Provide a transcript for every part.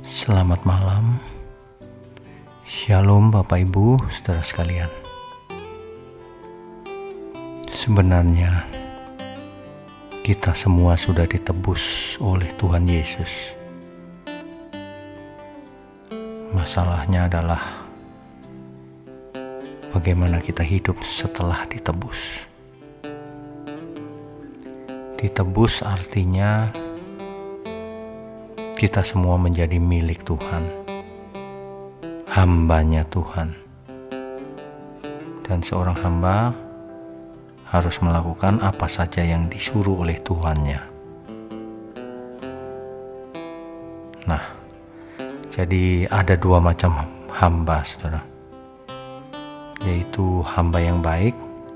Selamat malam. Shalom Bapak Ibu, saudara sekalian. Sebenarnya kita semua sudah ditebus oleh Tuhan Yesus. Masalahnya adalah bagaimana kita hidup setelah ditebus. Ditebus artinya kita semua menjadi milik Tuhan, hambanya Tuhan. Dan seorang hamba harus melakukan apa saja yang disuruh oleh Tuhannya. Nah, jadi ada dua macam hamba, saudara, yaitu hamba yang baik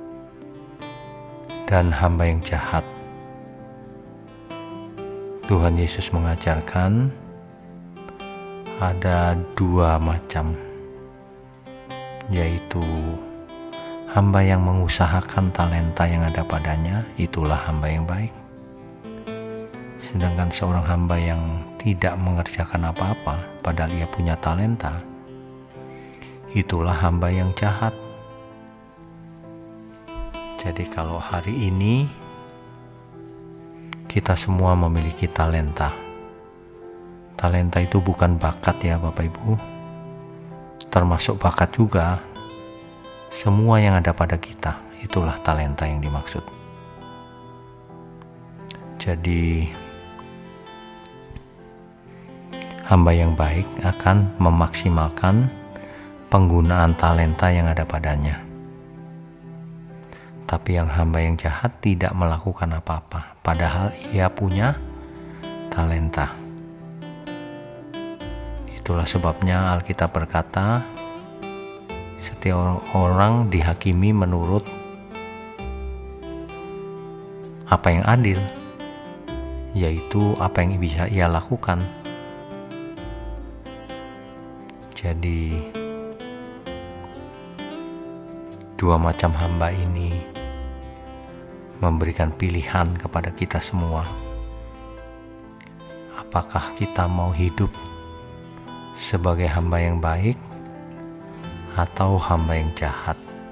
dan hamba yang jahat. Tuhan Yesus mengajarkan ada dua macam, yaitu hamba yang mengusahakan talenta yang ada padanya, itulah hamba yang baik. Sedangkan seorang hamba yang tidak mengerjakan apa-apa padahal ia punya talenta, itulah hamba yang jahat. Jadi kalau hari ini kita semua memiliki talenta. Talenta itu bukan bakat ya Bapak Ibu, termasuk bakat juga. Semua yang ada pada kita, itulah talenta yang dimaksud. Jadi hamba yang baik akan memaksimalkan penggunaan talenta yang ada padanya. Tapi yang hamba yang jahat tidak melakukan apa-apa, padahal ia punya talenta. Itulah sebabnya Alkitab berkata, setiap orang dihakimi menurut apa yang adil, yaitu apa yang bisa ia lakukan. Jadi dua macam hamba ini memberikan pilihan kepada kita semua. Apakah kita mau hidup sebagai hamba yang baik atau hamba yang jahat?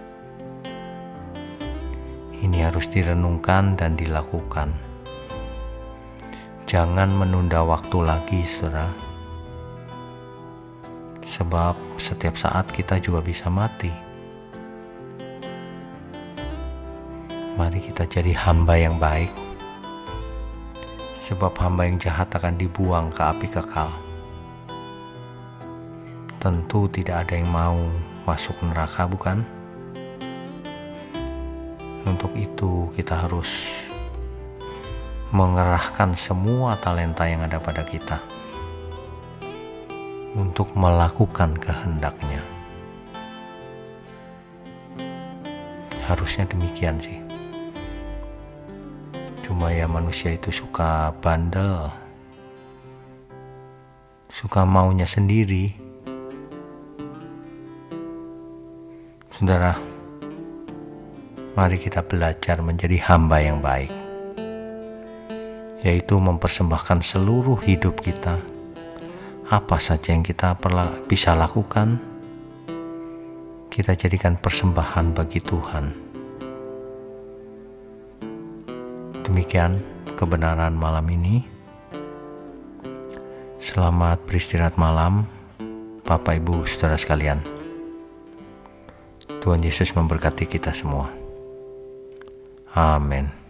Ini harus direnungkan dan dilakukan. Jangan menunda waktu lagi, saudara. Sebab setiap saat kita juga bisa mati. Mari kita jadi hamba yang baik, sebab hamba yang jahat akan dibuang ke api kekal. Tentu tidak ada yang mau masuk neraka, bukan? Untuk itu kita harus mengerahkan semua talenta yang ada pada kita untuk melakukan kehendaknya. Harusnya demikian sih. Cuma ya manusia itu suka bandel, suka maunya sendiri. Saudara, mari kita belajar menjadi hamba yang baik, yaitu mempersembahkan seluruh hidup kita. Apa saja yang kita bisa lakukan, kita jadikan persembahan bagi Tuhan. Demikian kebenaran malam ini. Selamat beristirahat malam, Bapak Ibu saudara sekalian. Tuhan Yesus memberkati kita semua. Amin.